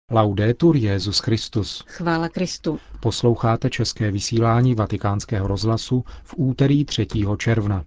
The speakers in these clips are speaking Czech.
Laudetur Jesus Christus. Chvála Kristu. Posloucháte české vysílání Vatikánského rozhlasu v úterý 3. června.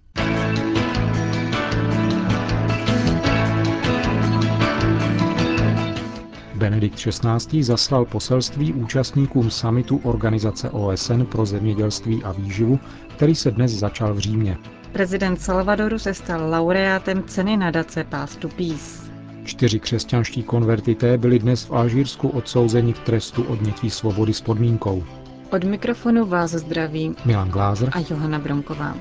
Benedikt XVI. Zaslal poselství účastníkům summitu Organizace OSN pro zemědělství a výživu, který se dnes začal v Římě. Prezident Salvadoru se stal laureátem ceny nadace Path to Peace. 4 křesťanští konvertité byli dnes v Alžírsku odsouzeni k trestu odnětí svobody s podmínkou. Od mikrofonu vás zdraví Milan Glázer a Johana Bronková.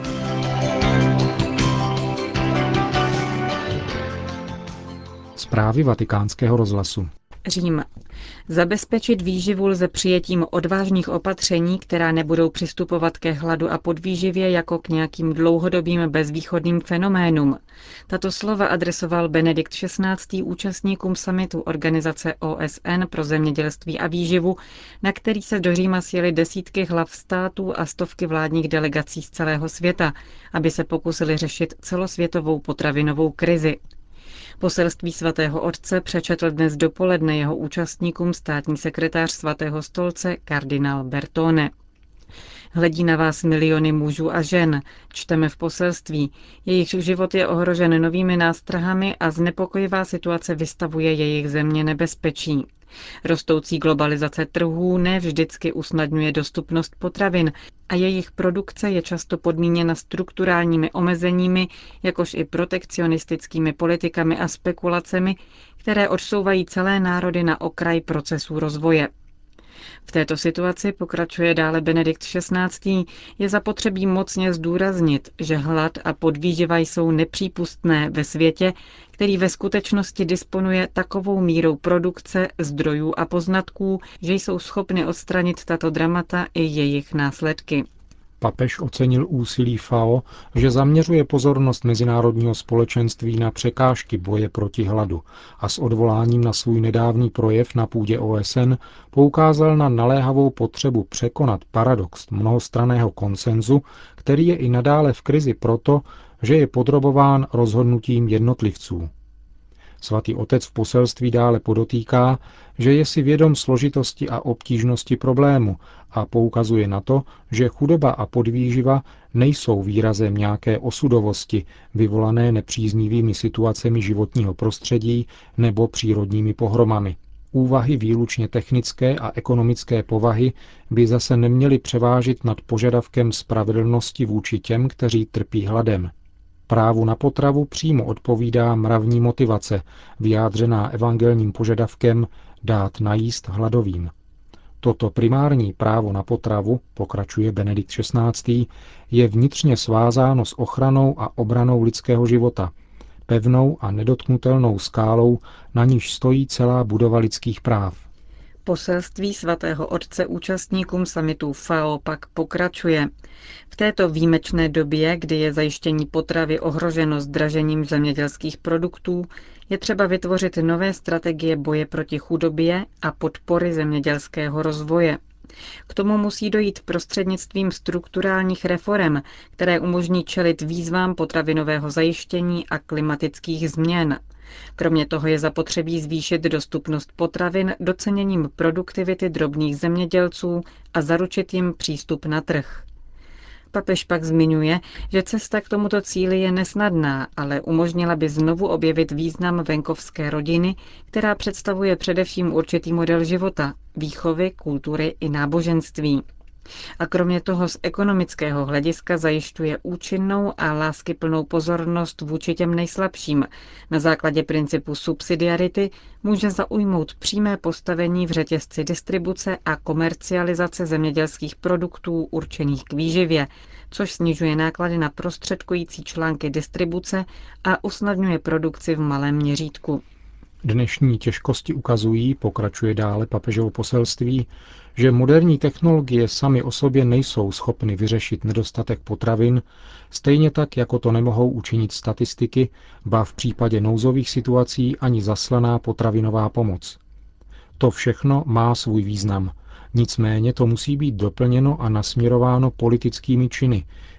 Zprávy Vatikánského rozhlasu. Řím. Zabezpečit výživu lze přijetím odvážných opatření, která nebudou přistupovat ke hladu a podvýživě jako k nějakým dlouhodobým bezvýchodným fenoménům. Tato slova adresoval Benedikt XVI. Účastníkům summitu Organizace OSN pro zemědělství a výživu, na který se do Říma sjeli desítky hlav států a stovky vládních delegací z celého světa, aby se pokusili řešit celosvětovou potravinovou krizi. Poselství svatého otce přečetl dnes dopoledne jeho účastníkům státní sekretář svatého stolce kardinál Bertone. Hledí na vás miliony mužů a žen, čteme v poselství, jejich život je ohrožen novými nástrahami a znepokojivá situace vystavuje jejich země nebezpečí. Rostoucí globalizace trhů ne vždycky usnadňuje dostupnost potravin a jejich produkce je často podmíněna strukturálními omezeními, jakož i protekcionistickými politikami a spekulacemi, které odsouvají celé národy na okraj procesů rozvoje. V této situaci, pokračuje dále Benedikt XVI., je zapotřebí mocně zdůraznit, že hlad a podvýživa jsou nepřípustné ve světě, který ve skutečnosti disponuje takovou mírou produkce, zdrojů a poznatků, že jsou schopny odstranit tato dramata i jejich následky. Papež ocenil úsilí FAO, že zaměřuje pozornost mezinárodního společenství na překážky boje proti hladu a s odvoláním na svůj nedávný projev na půdě OSN poukázal na naléhavou potřebu překonat paradox mnohostranného konsenzu, který je i nadále v krizi proto, že je podrobován rozhodnutím jednotlivců. Svatý otec v poselství dále podotýká, že je si vědom složitosti a obtížnosti problému a poukazuje na to, že chudoba a podvýživa nejsou výrazem nějaké osudovosti vyvolané nepříznivými situacemi životního prostředí nebo přírodními pohromami. Úvahy výlučně technické a ekonomické povahy by zase neměly převážit nad požadavkem spravedlnosti vůči těm, kteří trpí hladem. Právu na potravu přímo odpovídá mravní motivace, vyjádřená evangelním požadavkem dát najíst hladovým. Toto primární právo na potravu, pokračuje Benedikt XVI., je vnitřně svázáno s ochranou a obranou lidského života, pevnou a nedotknutelnou skálou, na níž stojí celá budova lidských práv. Poselství svatého otce účastníkům summitu FAO pak pokračuje. V této výjimečné době, kdy je zajištění potravy ohroženo zdražením zemědělských produktů, je třeba vytvořit nové strategie boje proti chudobě a podpory zemědělského rozvoje. K tomu musí dojít prostřednictvím strukturálních reforem, které umožní čelit výzvám potravinového zajištění a klimatických změn. Kromě toho je zapotřebí zvýšit dostupnost potravin doceněním produktivity drobných zemědělců a zaručit jim přístup na trh. Papež pak zmiňuje, že cesta k tomuto cíli je nesnadná, ale umožnila by znovu objevit význam venkovské rodiny, která představuje především určitý model života, výchovy, kultury i náboženství. A kromě toho z ekonomického hlediska zajišťuje účinnou a láskyplnou pozornost vůči těm nejslabším. Na základě principu subsidiarity může zaujmout přímé postavení v řetězci distribuce a komercializace zemědělských produktů určených k výživě, což snižuje náklady na prostředkující články distribuce a usnadňuje produkci v malém měřítku. Dnešní těžkosti ukazují, pokračuje dále papežovo poselství, že moderní technologie samy o sobě nejsou schopny vyřešit nedostatek potravin, stejně tak, jako to nemohou učinit statistiky, ba v případě nouzových situací ani zaslaná potravinová pomoc. To všechno má svůj význam, nicméně to musí být doplněno a nasměrováno politickými činy,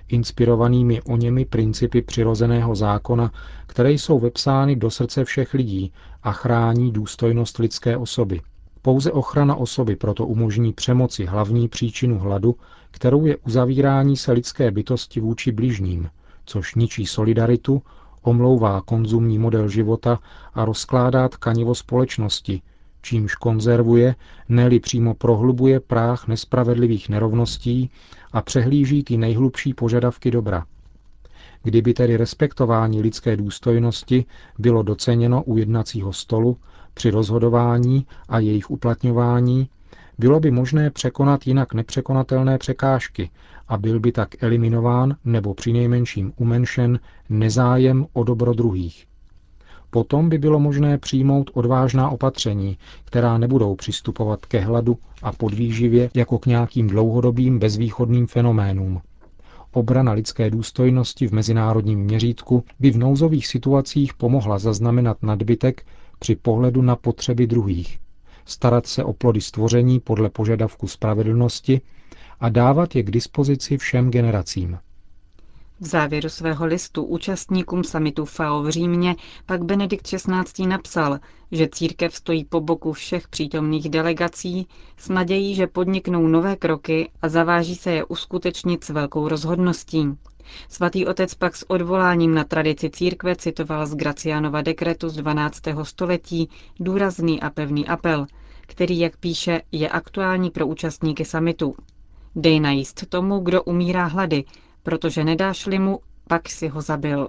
inspirovanými oněmi principy přirozeného zákona, které jsou vepsány do srdce všech lidí a chrání důstojnost lidské osoby. Pouze ochrana osoby proto umožní přemoci hlavní příčinu hladu, kterou je uzavírání se lidské bytosti vůči bližním, což ničí solidaritu, omlouvá konzumní model života a rozkládá tkanivo společnosti, čímž konzervuje, ne-li přímo prohlubuje práh nespravedlivých nerovností a přehlíží ty nejhlubší požadavky dobra. Kdyby tedy respektování lidské důstojnosti bylo doceněno u jednacího stolu, při rozhodování a jejich uplatňování, bylo by možné překonat jinak nepřekonatelné překážky a byl by tak eliminován nebo přinejmenším umenšen nezájem o dobro druhých. Potom by bylo možné přijmout odvážná opatření, která nebudou přistupovat ke hladu a podvýživě jako k nějakým dlouhodobým bezvýchodným fenoménům. Obrana lidské důstojnosti v mezinárodním měřítku by v nouzových situacích pomohla zaznamenat nadbytek při pohledu na potřeby druhých, starat se o plody stvoření podle požadavku spravedlnosti a dávat je k dispozici všem generacím. V závěru svého listu účastníkům summitu FAO v Římě pak Benedikt XVI. Napsal, že církev stojí po boku všech přítomných delegací s nadějí, že podniknou nové kroky a zaváží se je uskutečnit s velkou rozhodností. Svatý otec pak s odvoláním na tradici církve citoval z Gracianova dekretu z 12. století důrazný a pevný apel, který, jak píše, je aktuální pro účastníky summitu. Dej najíst tomu, kdo umírá hlady, protože nedáš-li mu, pak si ho zabil.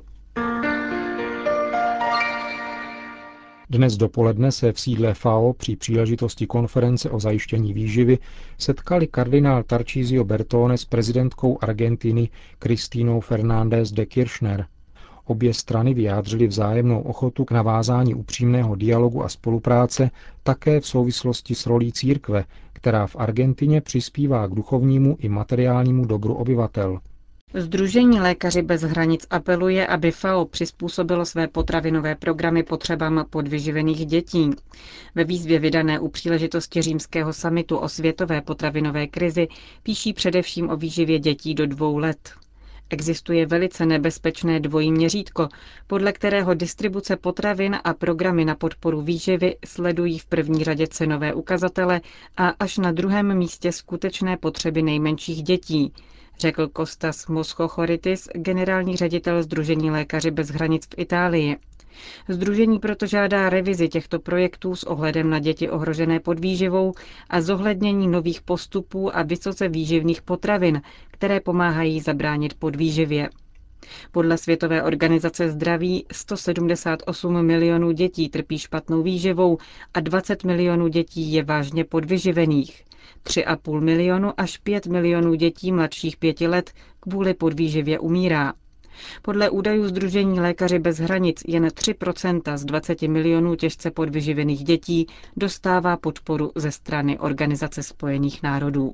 Dnes dopoledne se v sídle FAO při příležitosti konference o zajištění výživy setkali kardinál Tarcísio Bertone s prezidentkou Argentiny Cristínou Fernández de Kirchner. Obě strany vyjádřily vzájemnou ochotu k navázání upřímného dialogu a spolupráce také v souvislosti s rolí církve, která v Argentině přispívá k duchovnímu i materiálnímu dobru obyvatel. Sdružení Lékaři bez hranic apeluje, aby FAO přizpůsobilo své potravinové programy potřebám podvyživených dětí. Ve výzvě vydané u příležitosti římského summitu o světové potravinové krizi píší především o výživě dětí do 2 let. Existuje velice nebezpečné dvojí měřítko, podle kterého distribuce potravin a programy na podporu výživy sledují v první řadě cenové ukazatele a až na druhém místě skutečné potřeby nejmenších dětí, řekl Kostas Moskochoritis, generální ředitel Sdružení Lékaři bez hranic v Itálii. Sdružení proto žádá revizi těchto projektů s ohledem na děti ohrožené podvýživou a zohlednění nových postupů a vysoce výživných potravin, které pomáhají zabránit podvýživě. Podle Světové organizace zdraví 178 milionů dětí trpí špatnou výživou a 20 milionů dětí je vážně podvyživených. 3,5 milionu až 5 milionů dětí mladších 5 let kvůli podvýživě umírá. Podle údajů Sdružení Lékaři bez hranic jen 3% z 20 milionů těžce podvyživených dětí dostává podporu ze strany Organizace spojených národů.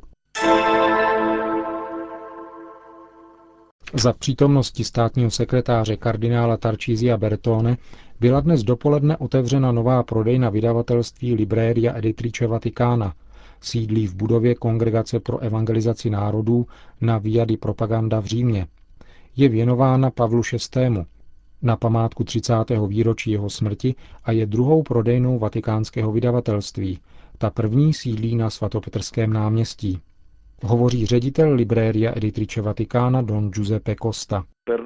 Za přítomnosti státního sekretáře kardinála Tarcísia Bertone byla dnes dopoledne otevřena nová prodejna vydavatelství Libreria Editrice Vaticana. Sídlí v budově Kongregace pro evangelizaci národů na Via di Propaganda v Římě. Je věnována Pavlu VI. Na památku 30. výročí jeho smrti a je druhou prodejnou vatikánského vydavatelství. Ta první sídlí na svatopetrském náměstí. Hovoří ředitel Libreria Editrice Vaticana don Giuseppe Costa.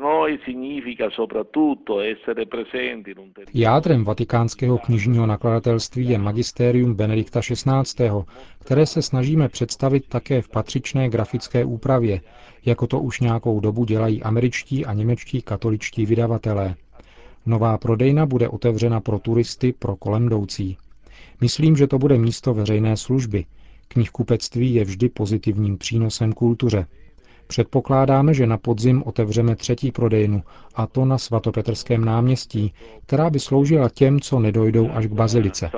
Jádrem vatikánského knižního nakladatelství je magistérium Benedikta XVI., které se snažíme představit také v patřičné grafické úpravě, jako to už nějakou dobu dělají američtí a němečtí katoličtí vydavatelé. Nová prodejna bude otevřena pro turisty, pro kolemjdoucí. Myslím, že to bude místo veřejné služby. Knihkupectví je vždy pozitivním přínosem kultuře. Předpokládáme, že na podzim otevřeme 3. prodejnu, a to na svatopetrském náměstí, která by sloužila těm, co nedojdou až k bazilice.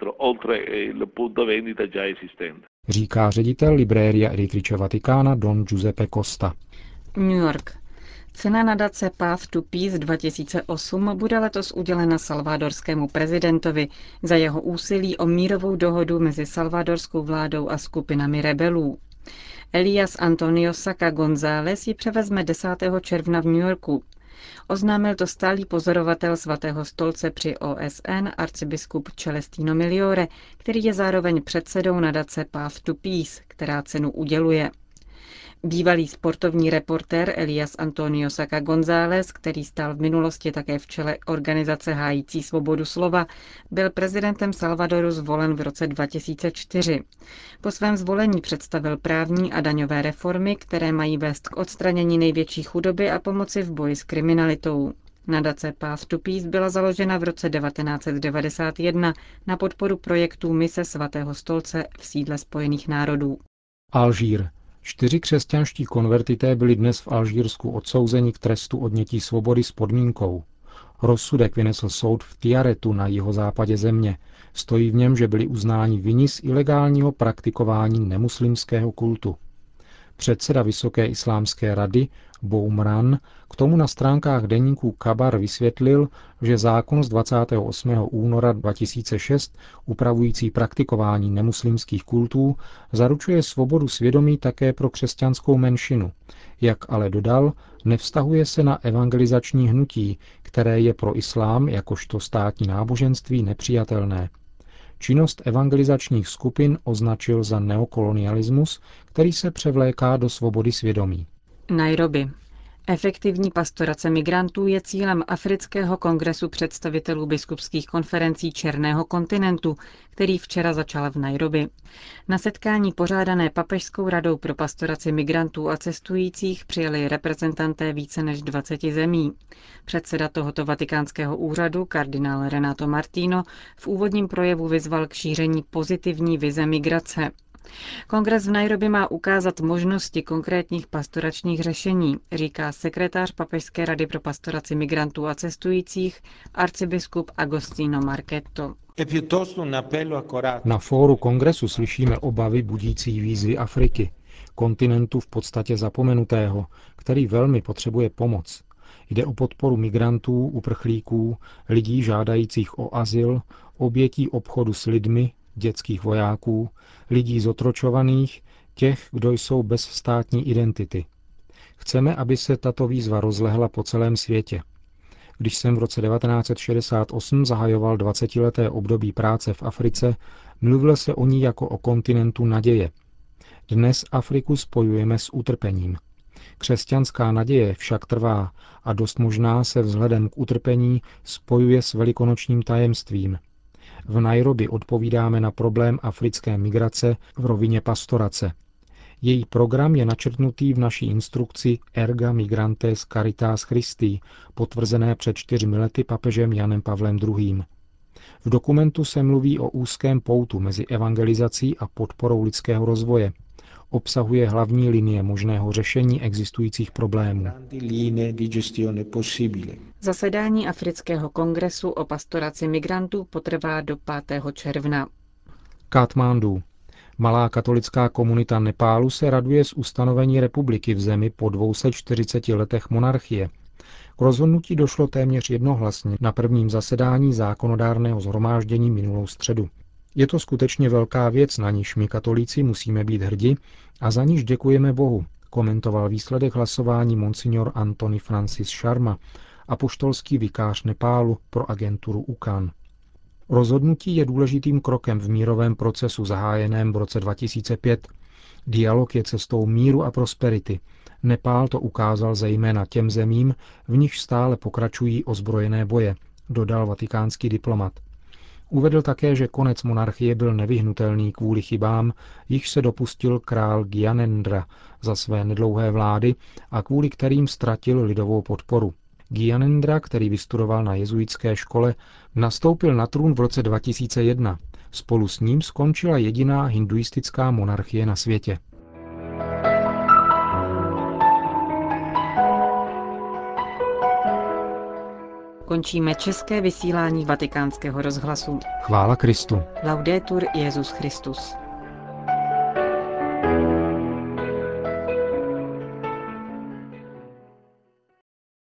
Říká ředitel Libreria Editrice Vaticana don Giuseppe Costa. New York. Cena nadace Path to Peace 2008 bude letos udělena salvadorskému prezidentovi za jeho úsilí o mírovou dohodu mezi salvadorskou vládou a skupinami rebelů. Elias Antonio Saka González ji převezme 10. června v New Yorku. Oznámil to stálý pozorovatel Svatého stolce při OSN arcibiskup Celestino Miliore, který je zároveň předsedou nadace Path to Peace, která cenu uděluje. Bývalý sportovní reportér Elias Antonio Saka González, který stál v minulosti také v čele organizace hájící svobodu slova, byl prezidentem Salvadoru zvolen v roce 2004. Po svém zvolení představil právní a daňové reformy, které mají vést k odstranění největší chudoby a pomoci v boji s kriminalitou. Nadace Path to Peace byla založena v roce 1991 na podporu projektů mise Svatého stolce v sídle Spojených národů. Alžír. 4 křesťanští konvertité byli dnes v Alžírsku odsouzeni k trestu odnětí svobody s podmínkou. Rozsudek vynesl soud v Tiaretu na jihozápadě země. Stojí v něm, že byli uznáni vinni z ilegálního praktikování nemuslimského kultu. Předseda Vysoké islámské rady Boumran k tomu na stránkách deníku Kabar vysvětlil, že zákon z 28. února 2006 upravující praktikování nemuslimských kultů zaručuje svobodu svědomí také pro křesťanskou menšinu. Jak ale dodal, nevztahuje se na evangelizační hnutí, které je pro islám jakožto státní náboženství nepřijatelné. Činnost evangelizačních skupin označil za neokolonialismus, který se převléká do svobody svědomí. Nairobi. Efektivní pastorace migrantů je cílem Afrického kongresu představitelů biskupských konferencí Černého kontinentu, který včera začal v Nairobi. Na setkání pořádané Papežskou radou pro pastoraci migrantů a cestujících přijeli reprezentanté více než 20 zemí. Předseda tohoto vatikánského úřadu, kardinál Renato Martino, v úvodním projevu vyzval k šíření pozitivní vize migrace. Kongres v Nairobi má ukázat možnosti konkrétních pastoračních řešení, říká sekretář Papežské rady pro pastoraci migrantů a cestujících arcibiskup Agostino Marchetto. Na fóru kongresu slyšíme obavy budící výzvy Afriky, kontinentu v podstatě zapomenutého, který velmi potřebuje pomoc. Jde o podporu migrantů, uprchlíků, lidí žádajících o azyl, obětí obchodu s lidmi, dětských vojáků, lidí zotročovaných, těch, kdo jsou bez státní identity. Chceme, aby se tato výzva rozlehla po celém světě. Když jsem v roce 1968 zahajoval 20leté období práce v Africe, mluvil se o ní jako o kontinentu naděje. Dnes Afriku spojujeme s utrpením. Křesťanská naděje však trvá a dost možná se vzhledem k utrpení spojuje s velikonočním tajemstvím. V Nairobi odpovídáme na problém africké migrace v rovině pastorace. Její program je načrtnutý v naší instrukci Erga Migrantes Caritas Christi, potvrzené před 4 lety papežem Janem Pavlem II. V dokumentu se mluví o úzkém poutu mezi evangelizací a podporou lidského rozvoje. Obsahuje hlavní linie možného řešení existujících problémů. Zasedání Afrického kongresu o pastoraci migrantů potrvá do 5. června. Katmandu. Malá katolická komunita Nepálu se raduje z ustanovení republiky v zemi po 240 letech monarchie. K rozhodnutí došlo téměř jednohlasně na prvním zasedání zákonodárného shromáždění minulou středu. Je to skutečně velká věc, na níž my katolíci musíme být hrdi a za níž děkujeme Bohu, komentoval výsledek hlasování monsignor Antony Francis Sharma, apoštolský vikář Nepálu pro agenturu UKAN. Rozhodnutí je důležitým krokem v mírovém procesu zahájeném v roce 2005. Dialog je cestou míru a prosperity. Nepál to ukázal zejména těm zemím, v nichž stále pokračují ozbrojené boje, dodal vatikánský diplomat. Uvedl také, že konec monarchie byl nevyhnutelný kvůli chybám, jichž se dopustil král Gyanendra za své nedlouhé vlády a kvůli kterým ztratil lidovou podporu. Gyanendra, který vystudoval na jezuitské škole, nastoupil na trůn v roce 2001. Spolu s ním skončila jediná hinduistická monarchie na světě. Končíme české vysílání Vatikánského rozhlasu. Chvála Kristu. Laudetur Jesus Christus.